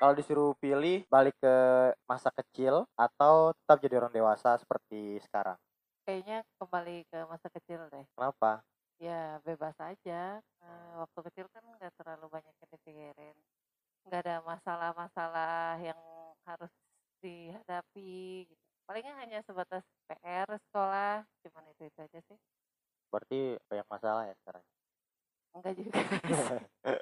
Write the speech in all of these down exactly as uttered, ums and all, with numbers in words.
Kalau disuruh pilih balik ke masa kecil atau tetap jadi orang dewasa seperti sekarang? Kayaknya kembali ke masa kecil deh. Kenapa? Ya bebas aja. Eh, waktu kecil kan nggak terlalu banyak yang dipikirin. Nggak ada masalah-masalah yang harus dihadapi gitu. Palingnya hanya sebatas P R sekolah, cuman itu-itu aja sih. Berarti banyak masalah ya sekarang. Enggak juga sih.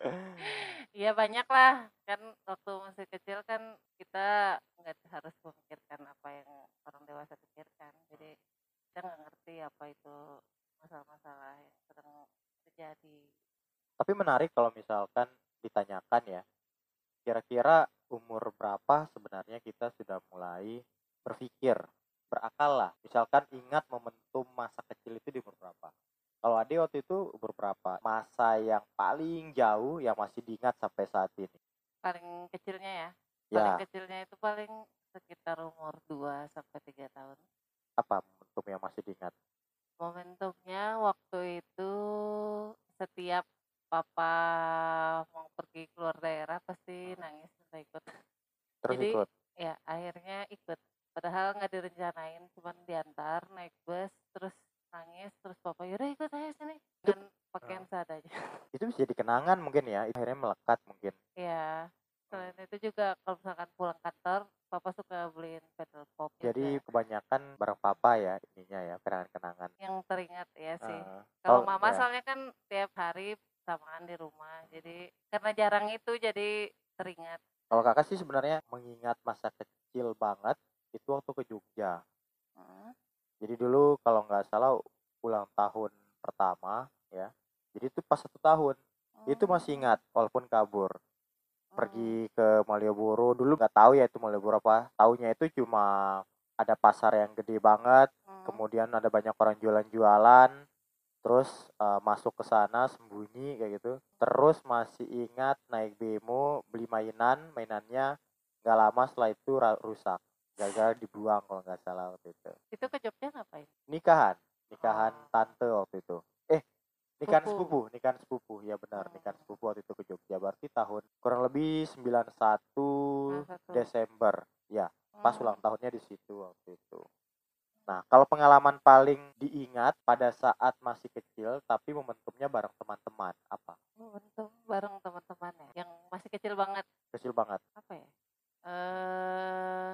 Iya banyak lah, kan waktu masih kecil kan kita nggak harus memikirkan apa yang orang dewasa pikirkan. Jadi kita nggak ngerti apa itu masalah-masalah yang sedang terjadi. Tapi menarik kalau misalkan ditanyakan ya, kira-kira umur berapa sebenarnya kita sudah mulai berpikir, berakal lah. Misalkan ingat momentum masa kecil itu di umur berapa? Kalau Ade waktu itu umur berapa? Masa yang paling jauh yang masih diingat sampai saat ini? Paling kecilnya ya, paling Ya, kecilnya itu paling sekitar umur dua sampai tiga tahun. apa momentum yang masih diingat? Momentumnya waktu itu setiap papa mau pergi keluar daerah pasti nangis minta ikut. Terus Jadi ikut. ya akhirnya ikut. Padahal nggak direncanain, cuman diantar naik bus, terus nangis, terus papa yaudah ikut aja sini Itu dengan pakaian seadanya. itu bisa jadi kenangan mungkin ya. Itu akhirnya melekat mungkin. Ya, selain itu juga kalau misalkan pulang kantor, papa suka beliin pedal pop Jadi juga. kebanyakan bareng papa ya ininya ya, kenangan-kenangan. Yang teringat ya sih. Heeh. Kalau Kalau mama ya, soalnya kan tiap hari samaan di rumah, jadi karena jarang itu jadi teringat. kalau kakak sih sebenarnya mengingat masa kecil banget itu waktu ke Jogja. Hmm. Jadi dulu kalau nggak salah ulang tahun pertama ya. Jadi itu pas satu tahun. Itu masih Hmm. ingat walaupun kabur. Hmm. Pergi ke Malioboro dulu nggak tahu ya itu Malioboro apa. Taunya itu cuma ada pasar yang gede banget, Hmm. kemudian ada banyak orang jualan-jualan, terus uh, masuk ke sana sembunyi kayak gitu. Terus masih ingat naik bemo beli mainan, mainannya nggak lama setelah itu rusak, gagal dibuang kalau nggak salah waktu itu. Itu ke Jogja ngapain? Nikahan, nikahan Oh, tante waktu itu. Eh, nikahan sepupu. sepupu, nikahan sepupu, ya benar, nikahan Hmm. sepupu waktu itu ke Jogja. Berarti tahun kurang lebih sembilan puluh satu Salah satu. Desember, ya pas Hmm. ulang tahunnya di situ waktu itu. Nah, kalau pengalaman paling diingat pada saat masih kecil, tapi momentumnya bareng teman-teman, apa? Momentum bareng teman-teman ya, yang masih kecil banget. Kecil banget. Apa ya? Eh,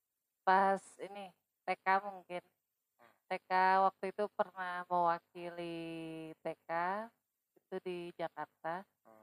pas ini T K mungkin. T K waktu itu pernah mewakili T K itu di Jakarta,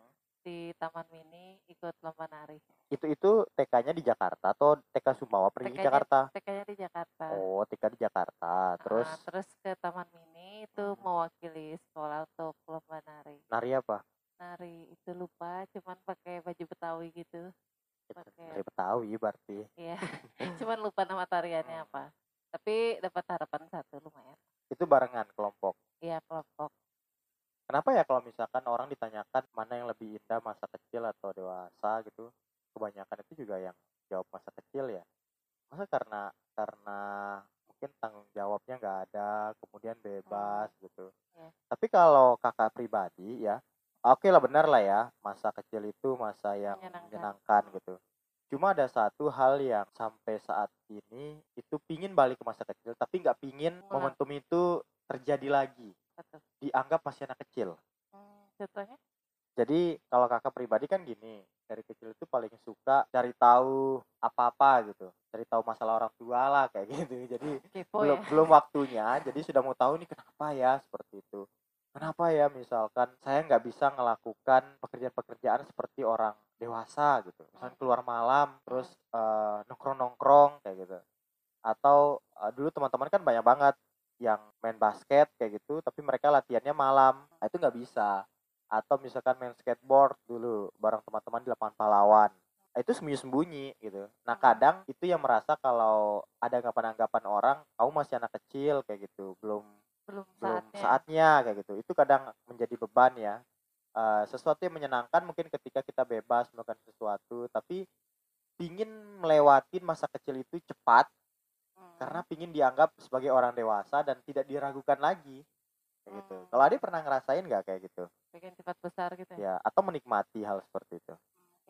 di Taman Mini ikut lomba nari. Itu itu T K-nya di Jakarta atau T K Sumbawa pergi ke T K-nya Jakarta? T K-nya di Jakarta. Oh, T K di Jakarta. Terus Ah, terus ke Taman Mini itu mewakili sekolah untuk lomba nari. nari apa? Nari itu lupa, cuman pakai baju Betawi gitu. Pakai Nari Betawi berarti. ya, cuman lupa nama tariannya apa. Tapi dapat harapan satu lumayan. Itu barengan kelompok. Iya, kelompok. Kenapa ya kalau misalkan orang ditanyakan mana yang lebih indah masa kecil atau dewasa gitu, kebanyakan itu juga yang jawab masa kecil ya. Masa karena karena mungkin tanggung jawabnya nggak ada, kemudian Hmm, bebas gitu. ya. Tapi kalau kakak pribadi ya, oke lah benar lah ya, masa kecil itu masa yang Menyenangkan. menyenangkan gitu. Cuma ada satu hal yang sampai saat ini itu pingin balik ke masa kecil, tapi nggak pingin Ngulang. momentum itu terjadi lagi. Betul. Dianggap masih anak kecil. Hmm, contohnya? Jadi kalau kakak pribadi kan gini, dari kecil itu paling suka cari tahu apa-apa gitu, cari tahu masalah orang tua lah kayak gitu. Jadi Kepo belum ya. belum waktunya, jadi sudah mau tahu nih kenapa ya seperti itu. Kenapa ya misalkan saya nggak bisa melakukan pekerjaan-pekerjaan seperti orang dewasa gitu, misalnya keluar malam terus uh, nongkrong-nongkrong kayak gitu. Atau uh, dulu teman-teman kan banyak banget yang main basket kayak gitu, tapi mereka latihannya malam, nah, itu nggak bisa. Atau misalkan main skateboard dulu bareng teman-teman di lapangan pahlawan, nah, itu sembunyi-sembunyi gitu. Nah kadang itu yang merasa kalau ada anggapan-anggapan orang kamu masih anak kecil kayak gitu, belum Belum belum saatnya. saatnya kayak gitu, itu kadang menjadi beban ya. Uh, sesuatu yang menyenangkan mungkin ketika kita bebas melakukan sesuatu, tapi pingin melewatin masa kecil itu cepat karena Hmm. pingin dianggap sebagai orang dewasa dan tidak diragukan lagi kayak gitu. Kalau Hmm. Ade pernah ngerasain nggak kayak gitu? Bikin cepat besar gitu ya. Ya, atau menikmati hal seperti itu?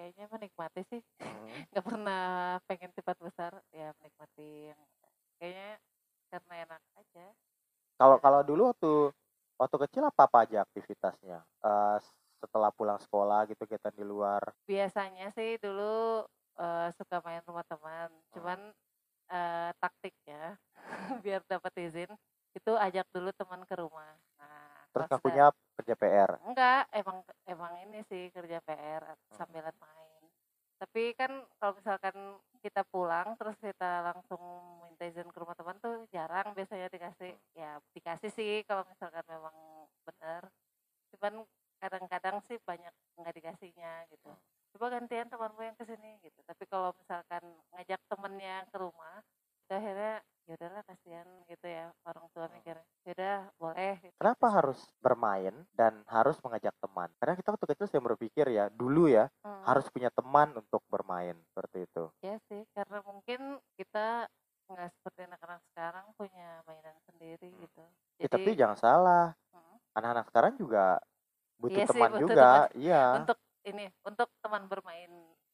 kayaknya menikmati sih. Hmm. Nggak pernah pengen cepat besar, ya menikmati yang kayaknya karena enak aja. Kalau Jarang. kalau dulu waktu waktu kecil apa apa aja aktivitasnya? Eh, setelah pulang sekolah gitu kegiatan di luar. Biasanya sih dulu eh, suka main rumah teman, Hmm. cuman eh, taktiknya biar dapat izin itu ajak dulu teman ke rumah. Nah, Terus kalau sudah ngakunya kerja P R. enggak, emang emang ini sih kerja P R Hmm. sambilan main. Tapi kan kalau misalkan kita pulang terus kita langsung minta izin ke rumah teman tuh jarang biasanya dikasih. Ya dikasih sih kalau misalkan memang benar. Cuman kadang-kadang sih banyak nggak dikasihnya gitu. Coba gantian temanmu yang kesini gitu. Tapi kalau misalkan ngajak temennya ke rumah, itu akhirnya ya udahlah kasihan gitu ya orang tua mikirnya. Yaudah boleh gitu. Kenapa harus bermain dan harus mengajak teman? Karena kita waktu kecil saya berpikir ya, dulu ya Hmm. harus punya teman untuk bermain seperti itu. Ya sih, karena mungkin kita nggak seperti anak-anak sekarang punya mainan sendiri gitu. Ya, tapi Jadi, jangan salah, hmm, anak-anak sekarang juga butuh iya sih teman butuh teman juga, iya. untuk ini, untuk teman bermain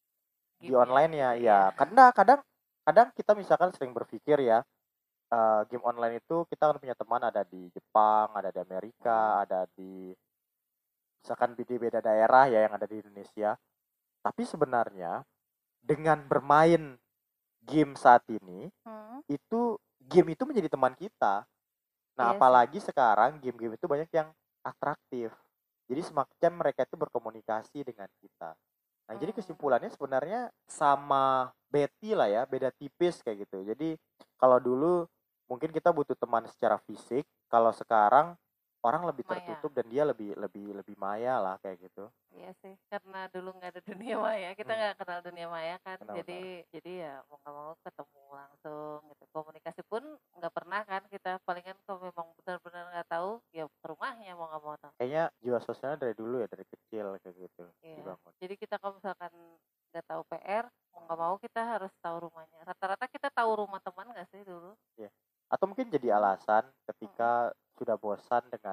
Di gamenya online ya, gitu ya. ya. Kadang kadang kadang kita misalkan sering berpikir ya, eh, game online itu kita kan punya teman ada di Jepang, ada di Amerika, Hmm. ada di misalkan di beda daerah ya yang ada di Indonesia. Tapi sebenarnya dengan bermain game saat ini, Hmm. itu game itu menjadi teman kita. Nah, Iya sih. apalagi sekarang game-game itu banyak yang atraktif. Jadi semacam mereka itu berkomunikasi dengan kita. Nah, jadi Hmm. kesimpulannya sebenarnya sama Betty lah ya, beda tipis kayak gitu. Jadi kalau dulu mungkin kita butuh teman secara fisik, kalau sekarang orang lebih Maya. tertutup dan dia lebih lebih lebih maya lah kayak gitu. Iya sih, karena dulu nggak ada dunia maya, kita Hmm, nggak kenal dunia maya kan, benar-benar. jadi jadi ya mau nggak mau ketemu langsung gitu. Komunikasi pun nggak pernah kan kita, palingan kalau memang benar-benar nggak tahu ya ke rumahnya mau nggak mau tahu. Kayaknya jiwa sosialnya dari dulu ya, dari kecil kayak gitu Iya, dibangun. jadi kita kalau misalkan nggak tahu P R, mau nggak mau kita harus tahu rumahnya. Rata-rata kita tahu rumah teman nggak sih dulu? Ya. Atau mungkin jadi alasan ketika sudah bosan dengan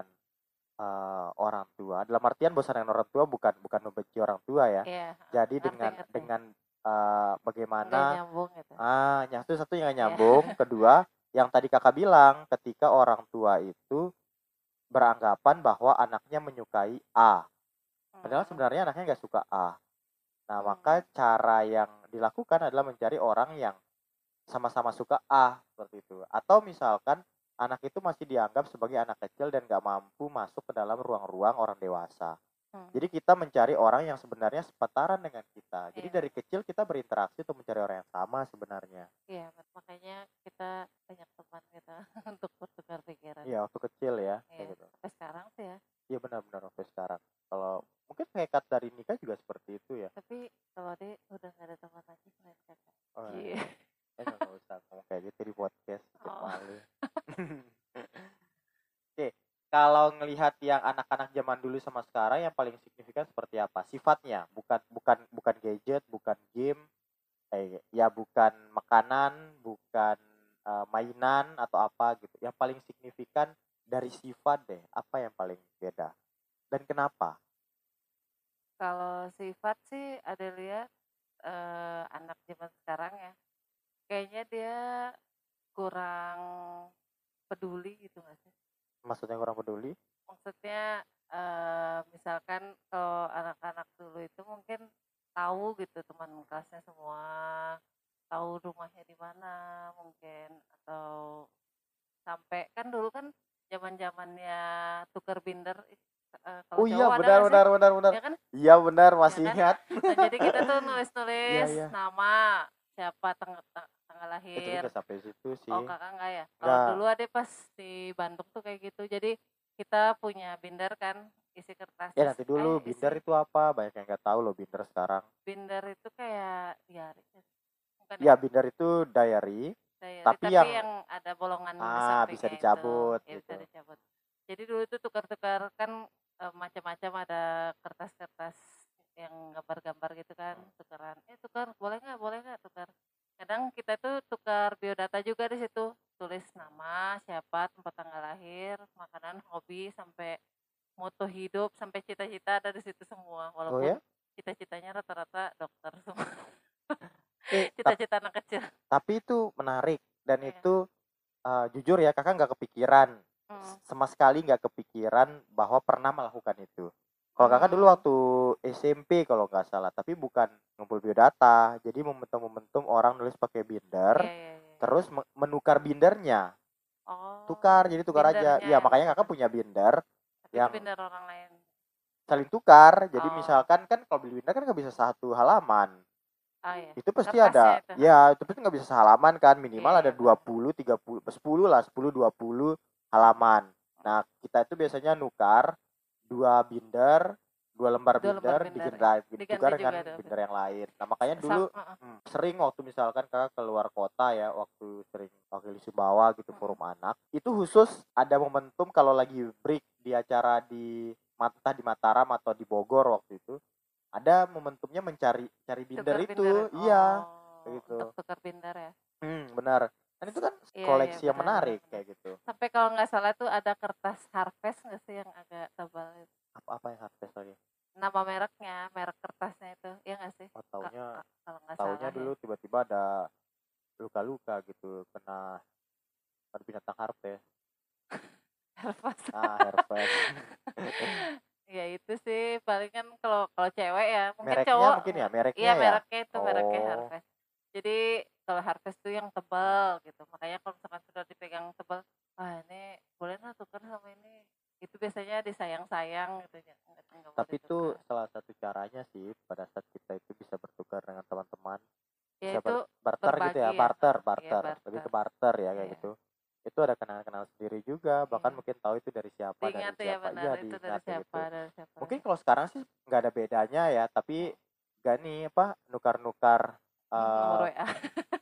eh, orang tua. Dalam artian bosan dengan orang tua bukan bukan membenci orang tua ya. Iya, Jadi dengan ngerti-ngerti. dengan eh, Nggak bagaimana nyambung gitu. ah yang satu satu yang nggak Iya. nyambung, kedua yang tadi kakak bilang ketika orang tua itu beranggapan bahwa anaknya menyukai A, padahal Hmm. sebenarnya anaknya nggak suka A. Nah, Hmm. maka cara yang dilakukan adalah mencari orang yang sama-sama suka A seperti itu. Atau misalkan anak itu masih dianggap sebagai anak kecil dan gak mampu masuk ke dalam ruang-ruang orang dewasa. Hmm. Jadi kita mencari orang yang sebenarnya sepataran dengan kita. Jadi Iya. dari kecil kita berinteraksi untuk mencari orang yang sama sebenarnya. Iya, makanya kita banyak teman kita untuk bertukar pikiran. Iya, waktu kecil ya, Iya, kayak gitu. sampai sekarang sih ya. Iya benar-benar sampai sekarang. Kalau mungkin hakikat dari nikah juga seperti itu ya. Tapi kalau dia udah nggak ada teman lagi selain kakak. Oh, Iya. eh nggak usah ngomong kayak gitu di podcast, bikin Oh. malu. Oke, kalau ngelihat yang anak-anak zaman dulu sama sekarang yang paling signifikan seperti apa? Sifatnya, bukan bukan bukan gadget, bukan game, eh ya bukan makanan, bukan eh, mainan atau apa gitu. Yang paling signifikan dari sifat deh, apa yang paling beda? Dan kenapa? Kalau sifat sih ada lihat eh, anak zaman sekarang ya. Kayaknya dia kurang peduli gitu nggak sih? Maksudnya kurang peduli? Maksudnya eh, misalkan kalau anak-anak dulu itu mungkin tahu gitu teman kelasnya semua, tahu rumahnya di mana mungkin, atau sampai kan dulu kan zaman-zamannya tukar binder, eh, kalau Oh iya, cowok ada benar nggak sih? benar benar benar. Ya kan? Iya benar, Ya masih kan? ingat. Nah, jadi kita tuh Iya nulis-nulis iya. nama, siapa tanggal tanggal Eh, tapi lahir. nggak sampai situ Oh, sih. kakak enggak ya? Kalau Nggak. dulu ada pas di Bandung tuh kayak gitu. Jadi kita punya binder kan, isi kertas. Ya Terus, nanti dulu, eh binder isi itu apa? Banyak yang nggak tahu loh binder sekarang. binder itu kayak diary. Bukan Ya ya? binder itu diary, Diary, tapi tapi yang yang ada bolongan di ah bisa sampingnya itu. dicabut Ya bisa gitu. dicabut. Jadi dulu itu tukar-tukar kan eh, macam-macam, ada kertas-kertas yang gambar-gambar gitu kan, tukeran. Eh tukar, boleh nggak? Boleh nggak tukar? Kadang kita tuh tukar biodata juga di situ. Tulis nama, siapa, tempat tanggal lahir, makanan, hobi, sampai moto hidup, sampai cita-cita ada di situ semua. Oh Walaupun ya? cita-citanya rata-rata dokter semua. Eh, tap Cita-cita anak kecil. tapi itu menarik dan Iya. itu uh, jujur ya kakak nggak kepikiran Hmm. sama sekali nggak kepikiran bahwa pernah melakukan itu. Kalau kakak dulu Hmm. waktu S M P kalau nggak salah, tapi bukan ngumpul biodata, jadi momentum-momentum orang nulis pakai binder, Iya, iya, iya. terus me- menukar bindernya, Oh, tukar, jadi tukar aja. bindernya Iya ya makanya kakak maksudnya. punya binder Tapi itu yang binder orang lain. saling tukar. Jadi Oh. misalkan kan kalau beli binder kan nggak bisa satu halaman. Oh iya. Itu pasti Kertasnya ada, itu. ya itu pasti nggak bisa sehalaman kan, minimal Iya, ada iya, dua benar. puluh, tiga puluh, sepuluh lah, sepuluh, dua puluh halaman. Nah kita itu biasanya nukar dua binder, dua lembar Dua lembar binder, binder. diganti, Diganti ditukar juga dengan tuh. binder yang lain. Nah makanya Sam, dulu uh-uh. hmm, sering waktu misalkan kakak keluar kota ya, waktu sering wakil Sumbawa gitu, Mm-mm. forum anak, itu khusus ada momentum kalau lagi break di acara di entah di Mataram atau di Bogor waktu itu, ada momentumnya mencari cari binder Tukar itu. binder. Iya Oh, kayak gitu. untuk tukar binder ya. Hmm, benar. Kan itu kan Iya, iya, koleksi yang benar, benar, menarik benar. kayak gitu. Sampai kalau nggak salah tuh ada kertas Harvest nggak sih yang agak tebal itu? Apa-apa yang harvest lagi? Nama mereknya, merek kertasnya itu, ya nggak sih? Oh, Ka- taunya ka- kalau nggak taunya salah dulu ya. tiba-tiba ada luka-luka gitu, kena pada binatang harvest. Harvest. Ah, harvest. Ya itu sih paling kan kalau kalau cewek ya, mungkin Mereknya cowok mungkin ya, nggak- mereknya iya ya. mereknya itu mereknya Oh, Harvest. Jadi kalau Harvest tuh yang tebal gitu, makanya kalau misalkan sudah dipegang tebal, wah ini boleh lah tukar sama ini. Itu biasanya disayang-sayang gitu ya, nggak nggak mau tapi itu ditukar. salah satu caranya sih pada saat kita itu bisa bertukar dengan teman-teman, Ya bisa itu ber- barter gitu berbagi ya, ya, barter, heeh, iya barter, lebih barter. ke barter ya kayak Iya, gitu. Itu ada kenal-kenal sendiri juga, bahkan iya. mungkin tahu itu dari siapa, dari Diingat ya siapa. benar Iya itu dari diingat kayak siapa gitu. dari siapa. Mungkin kalau sekarang sih nggak ada bedanya ya, tapi gak nih apa nukar-nukar Nomor eh W A.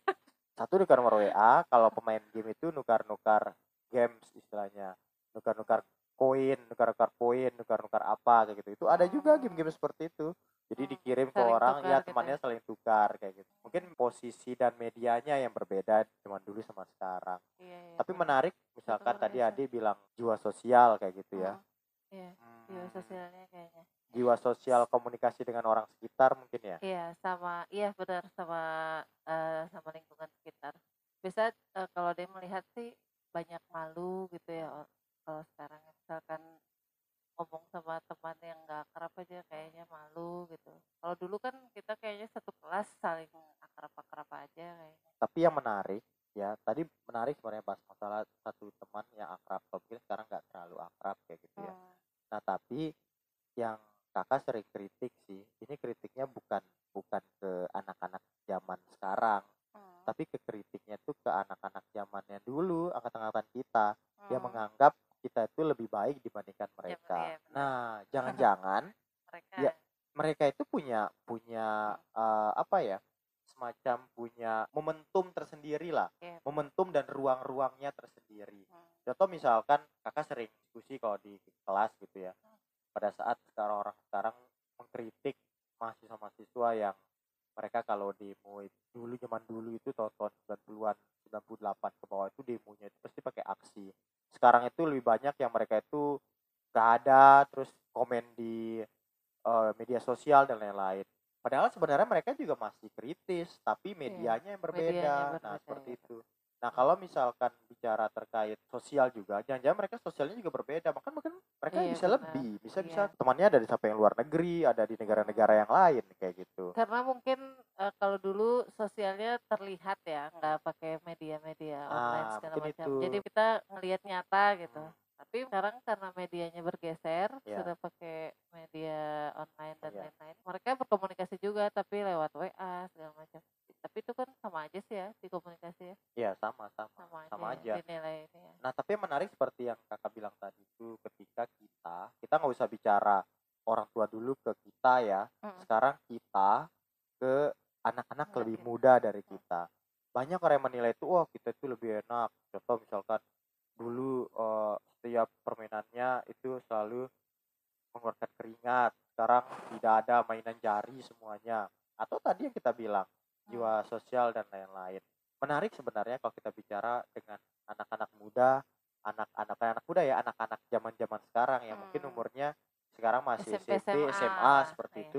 satu nukar nomor W A, kalau pemain game itu nukar-nukar games istilahnya, nukar-nukar koin, nukar-nukar koin, nukar-nukar apa kayak gitu. Itu ada juga game-game seperti itu. Jadi Hmm, dikirim ke saling orang, tukar ya gitu temannya ya. saling tukar kayak gitu. Mungkin posisi dan medianya yang berbeda zaman dulu sama sekarang. Iya, iya, Tapi benar. menarik, Itu misalkan luar tadi biasa. Ade bilang jiwa sosial kayak gitu ya. Mm-mm. Iya, jiwa Hmm, sosialnya kayaknya. jiwa sosial komunikasi dengan orang sekitar mungkin ya. Iya, sama iya benar sama eh, sama lingkungan sekitar. Biasa eh, kalau dia melihat sih banyak malu gitu ya o- kalau sekarang misalkan ngomong sama teman yang nggak akrab aja kayaknya malu gitu. Kalau dulu kan kita kayaknya satu kelas saling akrab-akrab aja kayaknya. Tapi yang menarik ya, tadi menarik sebenarnya bahas masalah satu teman yang akrab, kalau mungkin sekarang nggak terlalu akrab kayak gitu ya. Hmm. Nah tapi yang kakak sering kritik sih, ini kritiknya bukan bukan ke anak-anak zaman sekarang, Hmm. tapi ke kritiknya tuh ke anak-anak zamannya dulu, angkatan-angkatan kita yang Hmm. menganggap kita itu lebih baik dibandingkan Ya, mereka. iya, benar. Nah jangan-jangan Mereka ya mereka itu punya punya eh, apa ya, semacam punya momentum tersendiri lah, ya, momentum dan ruang-ruangnya tersendiri. hmm. Contoh misalkan kakak sering diskusi kalau di kelas gitu ya, pada saat sekarang orang sekarang mengkritik mahasiswa-mahasiswa yang mereka kalau demo itu, dulu zaman dulu itu tahun-tahun sembilan puluhan, sembilan puluh delapan ke bawah itu demonya itu pasti pakai aksi. Sekarang itu lebih banyak yang mereka itu gak ada, terus komen di eh, media sosial dan lain-lain. Padahal sebenarnya mereka juga masih kritis, tapi Iya, medianya yang berbeda. medianya Nah, berbeda seperti ya. itu. Nah, kalau misalkan bicara terkait sosial juga, jangan-jangan mereka sosialnya juga berbeda. Maka mungkin mereka Iya bisa benar. lebih, bisa-bisa Iya. temannya dari sampai yang luar negeri, ada di negara-negara yang lain kayak gitu. Karena mungkin eh, kalau dulu sosialnya terlihat ya, nggak pakai media-media online Ah, segala mungkin macam. itu. Jadi kita ngelihat nyata gitu. Hmm, Tapi sekarang karena medianya bergeser, ya, sudah pakai media online dan ya. lain-lain. Mereka berkomunikasi juga tapi lewat W A segala macam. Tapi itu kan sama aja sih ya di komunikasi ya, Ya, sama, sama, sama aja, sama ya, aja. dinilai ini ya. Nah, tapi yang menarik seperti yang kakak bilang tadi itu, ketika kita, kita nggak usah bicara orang tua dulu ke kita ya, Mm. sekarang kita ke anak-anak Anak lebih kita. muda dari kita. Banyak orang yang menilai itu, wah kita itu lebih enak. Contoh misalkan dulu eh, setiap permainannya itu selalu mengeluarkan keringat, sekarang tidak ada mainan jari semuanya. Atau tadi yang kita bilang, jiwa sosial dan lain-lain. Menarik sebenarnya kalau kita bicara dengan anak-anak muda, anak-anak anak muda ya, anak-anak zaman-zaman sekarang yang mungkin Hmm. umurnya sekarang masih S M P, S M P, S M A S M A lah, seperti iya. itu.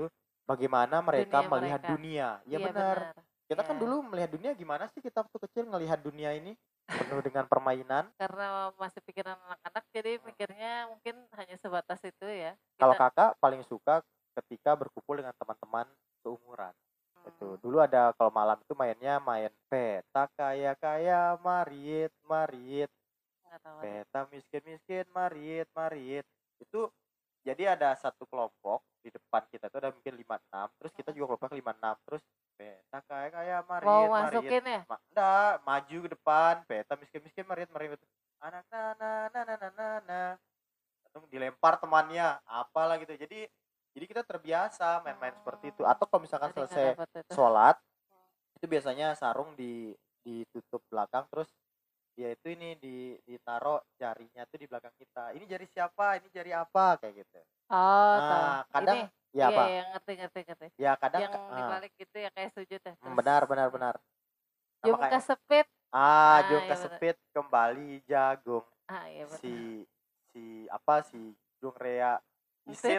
bagaimana mereka Dunia melihat mereka. dunia. Ya Iya benar. benar. Kita kan Ya. dulu melihat dunia gimana sih, kita waktu kecil ngelihat dunia ini penuh dengan permainan. Karena masih pikiran anak-anak jadi mikirnya mungkin hanya sebatas itu ya. Kalau Kita kakak paling suka ketika berkumpul dengan teman-teman seumuran. Itu hmm, dulu ada kalau malam itu mainnya main peta kaya kaya marit marit, nggak tahu ada. peta miskin miskin marit marit. Itu jadi ada satu kelompok di depan kita tuh ada mungkin lima enam, terus kita juga kelompok lima enam, terus peta kaya kaya Mau marit marit. masukin ya? Ma- enggak, maju ke depan, peta miskin miskin marit marit. Anak nana nana nana nana, atau dilempar temannya apalah gitu. Jadi jadi kita terbiasa main-main seperti itu. Atau kalau misalkan Jadi nggak selesai dapat itu. sholat itu biasanya sarung di ditutup belakang, terus dia itu ini di ditaruh jarinya tuh di belakang kita. Ini jari siapa? Ini jari apa? Kayak gitu. Oh, tahu. Nah, Ini kadang ya iya apa? iya ngerti ngerti ngerti. Ya kadang Yang ah, dibalik gitu ya kayak sujud ya. mm, Terus benar benar benar. Nah, jum makanya kesepit. ah, Ah jom iya benar. kesepit kembali jagung. Ah iya benar. Si si apa si Jung Rea Isit. Isit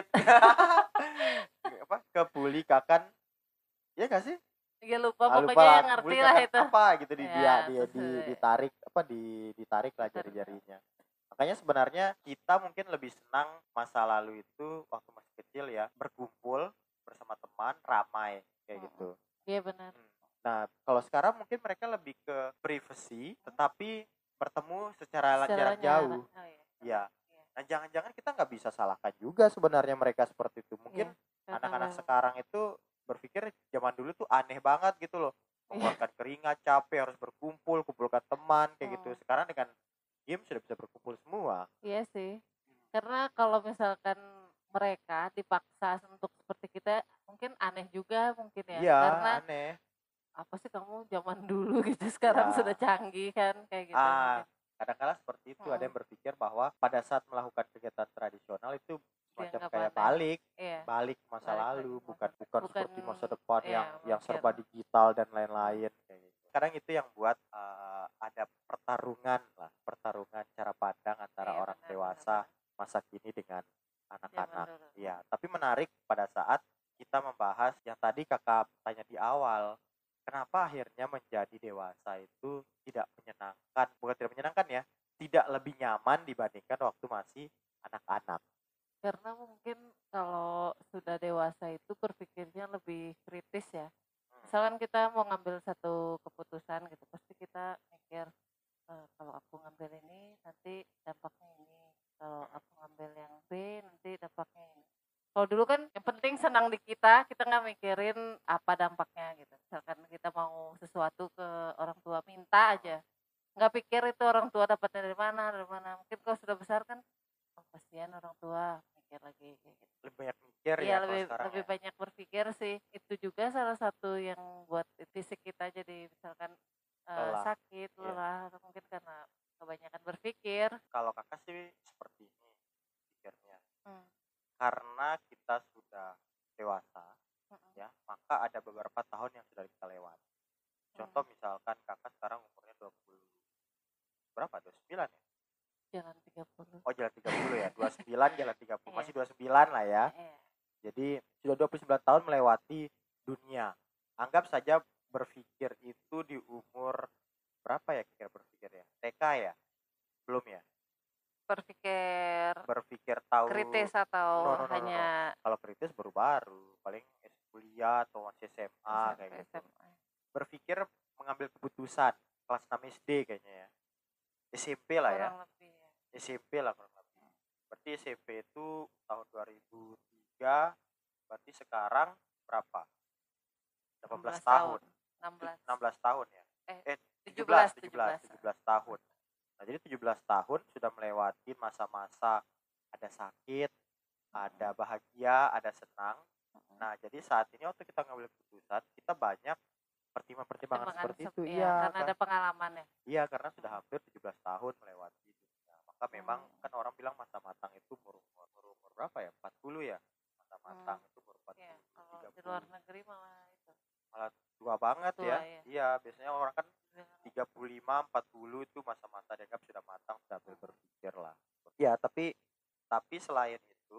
apa kebulikakan, ya gak sih? Ya lupa Ah, lupa pokoknya lah, yang ngerti lah kebulikakan itu. apa gitu di dia Ya, dia terus di eh, ditarik apa di ditarik lah ditarik. jari-jarinya. Makanya sebenarnya kita mungkin lebih senang masa lalu itu waktu masih kecil ya, berkumpul bersama teman ramai kayak gitu. Iya benar. Hmm. Nah, kalau sekarang mungkin mereka lebih ke privacy, tetapi bertemu secara Secara jarak nyata. jauh. Oh iya. Ya. Iya. Nah, jangan-jangan kita nggak bisa salahkan juga sebenarnya mereka seperti itu. Mungkin Iya, karena anak-anak memang- sekarang itu berpikir zaman dulu tuh aneh banget gitu loh. Mengeluarkan keringat, capek, harus berkumpul, kumpulkan teman kayak gitu. Hmm. Sekarang dengan game sudah bisa berkumpul semua. Iya sih. Karena kalau misalkan mereka dipaksa untuk seperti kita, mungkin aneh juga mungkin ya. Iya, Karena aneh. apa sih kamu zaman dulu gitu, sekarang Ya. sudah canggih kan kayak gitu Ah, mungkin. kadang-kadang seperti itu. Ada Hmm. yang berpikir bahwa pada saat melakukan kegiatan tradisional itu semacam Dianggap kayak aneh. balik, Iya. balik ke masa Balik lagi lalu, ke bukan masa- bukan bukan- seperti masa depan iya, yang yang mikir. serba digital dan lain-lain kayak gitu. Kadang itu yang buat eh, ada pertarungan lah, pertarungan cara pandang antara Iya, orang benar, dewasa benar, masa kini dengan anak-anak. Zaman dulu. Iya, tapi menarik pada saat kita membahas yang tadi kakak tanya di awal, kenapa akhirnya menjadi dewasa itu tidak menyenangkan, bukan tidak menyenangkan ya, tidak lebih nyaman dibandingkan waktu masih anak-anak. Karena mungkin kalau sudah dewasa itu berpikirnya lebih kritis ya. Misalkan kita mau ngambil satu keputusan gitu, pasti kita mikir e, kalau aku ngambil ini nanti dampaknya ini, kalau aku ngambil yang B nanti dampaknya ini. Kalau dulu kan yang penting senang di kita, kita nggak mikirin apa dampaknya gitu. Misalkan kita mau sesuatu ke orang tua minta aja, nggak pikir itu orang tua dapatnya dari mana dari mana. Mungkin kalau sudah besar kan, oh kasihan orang tua, mikir lagi kayak gitu. Lebih banyak mikir Iya ya kalau lebih sekarang lebih ya. banyak berpikir sih. Itu juga salah satu yang buat fisik kita jadi misalkan eh, Lelah. sakit, Iya. lelah atau mungkin karena kebanyakan berpikir. Kalau kakak sih seperti ini pikirnya. Hmm. Karena kita sudah dewasa, Mm-mm. ya, maka ada beberapa tahun yang sudah kita lewati. Contoh Hmm. misalkan kakak sekarang umurnya dua puluh berapa? dua puluh sembilan ya? Jalan tiga puluh. Oh, jalan tiga puluh ya. dua puluh sembilan jalan tiga puluh. Iya. Masih dua puluh sembilan lah ya. Iya. Jadi sudah dua puluh sembilan tahun melewati dunia. Anggap saja berpikir itu di umur berapa ya kira berpikir ya? T K ya? Belum ya? Berpikir Berpikir tahu kritis no, atau no, no, no, no. hanya Kalau kritis baru-baru, paling S- kuliah atau masih S M A S M P, kayak gitu. S M A. Berpikir mengambil keputusan kelas enam S D kayaknya ya. S M P lah ya. Kurang lebih ya. S M P lah kurang lebih. Berarti S M P itu tahun dua ribu tiga, berarti sekarang berapa? delapan belas tahun. enam belas. enam belas tahun ya. Eh, Eh tujuh belas, tujuh belas, tujuh belas tahun. Nah, jadi tujuh belas tahun sudah melewati masa-masa ada sakit, ada bahagia, ada senang. Nah, jadi saat ini waktu kita ngambil keputusan, kita banyak pertimbangan-pertimbangan seperti sep- itu. ya, Iya, karena ada pengalaman ya. Iya, karena sudah hampir tujuh belas tahun melewati dunia. Maka memang Hmm. kan orang bilang masa matang itu umur umur, umur berapa ya? empat puluh ya. Masa matang Hmm. itu umur empat puluh, Ya, kalau tiga di luar puluh. negeri malah itu. Malah tua banget Tua, ya. ya. Iya, biasanya orang kan tiga puluh lima, empat puluh itu masa-masa dianggap sudah matang, sudah Hmm. berpikir lah. Ya, tapi tapi selain itu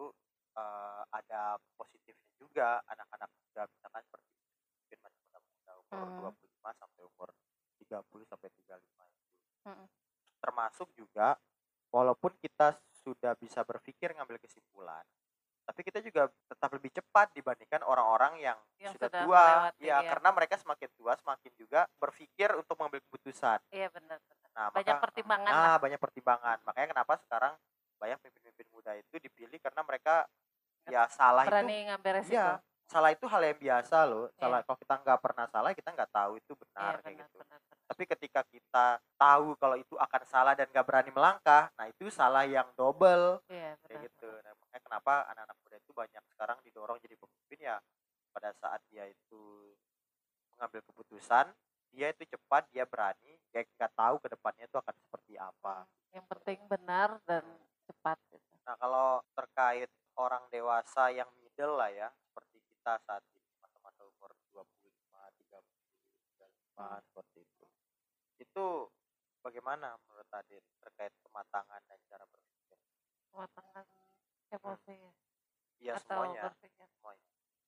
eh, ada positifnya juga. Anak-anak muda misalkan seperti mungkin masih muda-muda umur dua Hmm. puluh lima sampai umur tiga puluh sampai tiga puluh lima itu. Hmm. Termasuk juga walaupun kita sudah bisa berpikir ngambil kesimpulan, tapi kita juga tetap lebih cepat dibandingkan orang-orang yang, Yang sudah sudah tua. melewati, Ya, ya. karena mereka semakin tua semakin juga berpikir untuk mengambil keputusan. Iya, benar-benar. Nah, Banyak maka pertimbangan lah. nah banyak pertimbangan. Makanya kenapa sekarang banyak pemimpin-pemimpin muda itu dipilih karena mereka ya salah itu Berani ngambil resiko. ya salah itu hal yang biasa loh. Salah Iya. kalau kita nggak pernah salah kita nggak tahu itu Iya, benar kayak benar, gitu. benar, benar. Tapi ketika kita tahu kalau itu akan salah dan nggak berani melangkah, nah itu salah yang double Iya, kayak benar. gitu. Nah, makanya kenapa anak-anak muda itu banyak sekarang didorong jadi pemimpin ya pada saat dia itu mengambil keputusan, dia itu cepat, dia berani, kayak nggak tahu ke depannya itu akan seperti apa. Yang penting benar dan cepat gitu. Nah, kalau terkait orang dewasa yang middle lah ya, seperti kita saat ini masa-masa umur dua puluh lima, tiga puluh, tiga puluh lima Hmm. seperti itu. Itu bagaimana menurut Adit terkait kematangan dan cara berpikir? Kematangan emosi ya? Iya, Atau semuanya, berpikir. semuanya.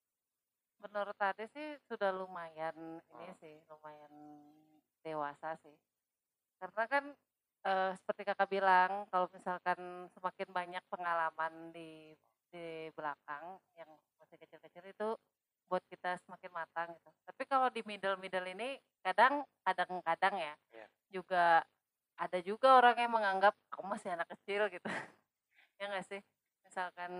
Menurut tadi sih sudah lumayan ini Hmm. sih, lumayan dewasa sih. Karena kan eh, seperti kakak bilang, kalau misalkan semakin banyak pengalaman di di belakang yang masih kecil-kecil itu buat kita semakin matang gitu. Tapi kalau di middle-middle ini kadang kadang-kadang ya Iya. juga ada juga orang yang menganggap kamu masih anak kecil gitu. Ya nggak sih? Misalkan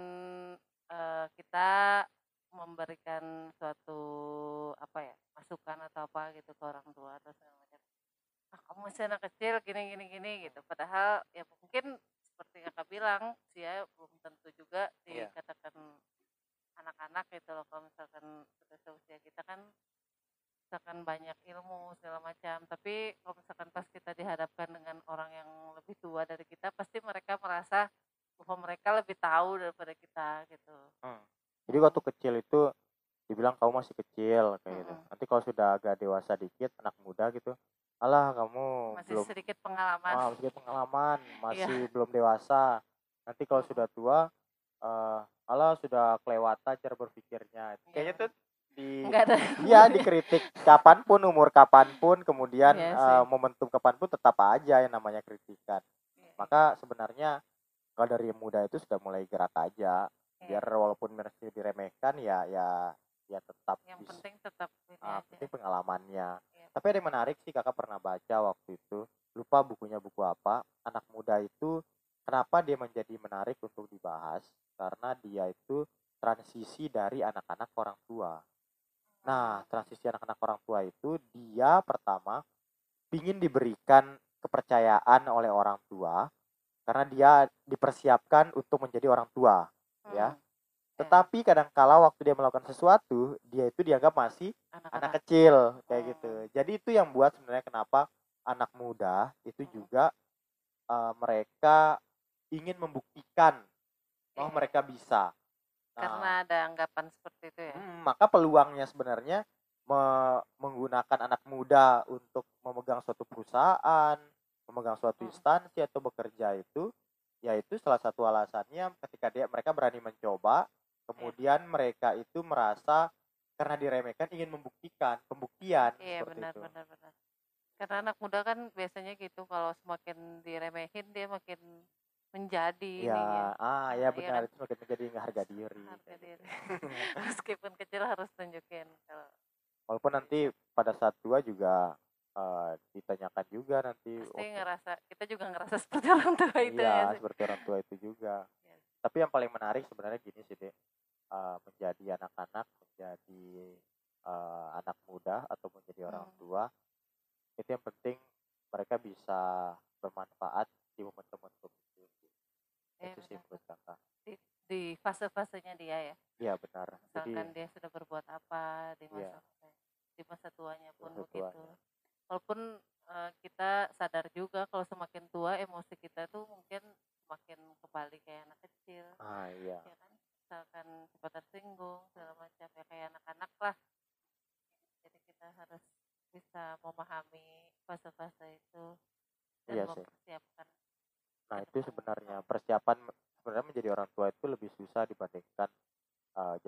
eh, kita memberikan suatu apa ya masukan atau apa gitu ke orang tua atau segala macam. Ah, kamu masih anak kecil gini gini gini gitu. Padahal ya mungkin seperti kakak bilang dia belum tentu juga Iya. dikatakan anak-anak gitu loh. Kalau misalkan sudah seusia kita kan misalkan banyak ilmu segala macam, tapi kalau misalkan pas kita dihadapkan dengan orang yang lebih tua dari kita pasti mereka merasa bahwa mereka lebih tahu daripada kita gitu. Hmm. Jadi waktu kecil itu dibilang kamu masih kecil kayak gitu. Mm-mm. Nanti kalau sudah agak dewasa dikit, anak muda gitu, alah kamu Masih belum sedikit pengalaman. ah, sedikit pengalaman, Iya. masih belum dewasa. Nanti kalau Mm-mm. sudah tua, eh alah sudah kelewatan cara berpikirnya. Iya, Kayaknya tuh benar. di Nggak ada. iya dikritik kapanpun, umur kapanpun, kemudian Iya eh, sih. momentum kapanpun tetap aja yang namanya kritikan. Iya, Maka sebenarnya kalau dari muda itu sudah mulai gerak aja, iya. biar walaupun masih diremehkan ya ya ya tetap Yang bisa. penting tetap ini Ah, aja. penting pengalamannya. Iya. Tapi ada yang menarik sih, kakak pernah baca waktu itu, lupa bukunya buku apa, anak muda itu kenapa dia menjadi menarik untuk dibahas, karena dia itu transisi dari anak-anak ke orang tua. Nah, transisi anak-anak orang tua itu dia pertama ingin diberikan kepercayaan oleh orang tua karena dia dipersiapkan untuk menjadi orang tua, ya. Hmm. Tetapi kadangkala waktu dia melakukan sesuatu, dia itu dianggap masih anak Anak-anak. kecil kayak Hmm. gitu. Jadi itu yang buat sebenarnya kenapa anak muda itu Hmm. juga eh, mereka ingin membuktikan bahwa Iya. mereka bisa. Karena Nah, ada anggapan seperti itu ya. hmm, maka peluangnya sebenarnya me- menggunakan anak muda untuk memegang suatu perusahaan, memegang suatu Hmm. instansi atau bekerja itu, yaitu salah satu alasannya ketika dia mereka berani mencoba, kemudian mereka itu merasa karena diremehkan ingin membuktikan, pembuktian Iya, seperti benar itu. benar benar. Karena anak muda kan biasanya gitu, kalau semakin diremehin dia makin menjadi Ya, ininya. ah Nah, ya iya benar, kan? itu makin menjadi nggak harga diri. Harga kayak diri. gitu. Meskipun kecil harus tunjukin kalau Walaupun nanti pada saat tua juga eh, ditanyakan juga nanti. pasti Oke. ngerasa, kita juga ngerasa seperti orang tua itu ya Iya, sih. seperti orang tua itu juga. Iya. Tapi yang paling menarik sebenarnya gini sih, Dek. Eh, menjadi anak-anak, menjadi eh, anak muda atau menjadi orang Hmm. tua, itu yang penting mereka bisa bermanfaat di momen-momen itu. Iya, Itu sih benar. menurut kakak. Di, di fase-fasenya dia ya. Iya benar. Jadi Misalkan dia sudah berbuat apa di iya, masa di masa tuanya pun masa begitu. tuanya. Walaupun eh, kita sadar juga kalau semakin tua emosi kita tuh mungkin semakin kembali kayak anak kecil, Ah iya. ya kan? Misalkan cepat tersinggung segala macam ya kayak anak-anak lah. Jadi kita harus bisa memahami fase-fase itu dan Iya sih. mempersiapkan Nah ke itu depan. sebenarnya persiapan sebenarnya menjadi orang tua itu lebih susah dibandingkan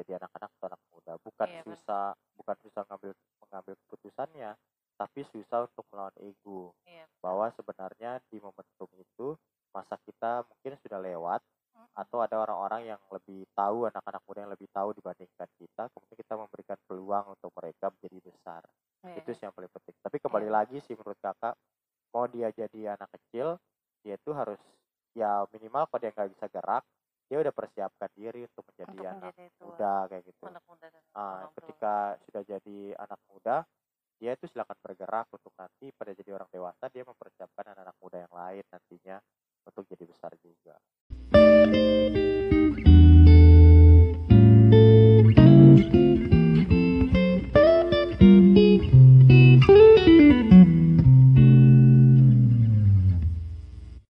jadi anak-anak atau anak muda. Bukan Iya, benar. susah, bukan susah ngambil mengambil keputusannya, tapi susah untuk melawan ego. Iya, betul. Bahwa sebenarnya di momentum itu masa kita mungkin sudah lewat, Mm-mm. atau ada orang-orang yang lebih tahu, anak-anak muda yang lebih tahu dibandingkan kita, kemudian kita memberikan peluang untuk mereka menjadi besar. Iya, Itu sih yang paling penting. Tapi kembali Iya. lagi sih menurut kakak, mau dia jadi anak kecil, dia itu harus ya minimal kalau dia nggak bisa gerak, dia udah persiapkan diri untuk menjadi Untuk anak menjadi tua, muda kayak gitu. anak muda dan Ah, orang tua. ketika sudah jadi anak muda, dia itu silakan bergerak untuk nanti pada jadi orang dewasa dia mempersiapkan anak-anak muda yang lain nantinya untuk jadi besar juga.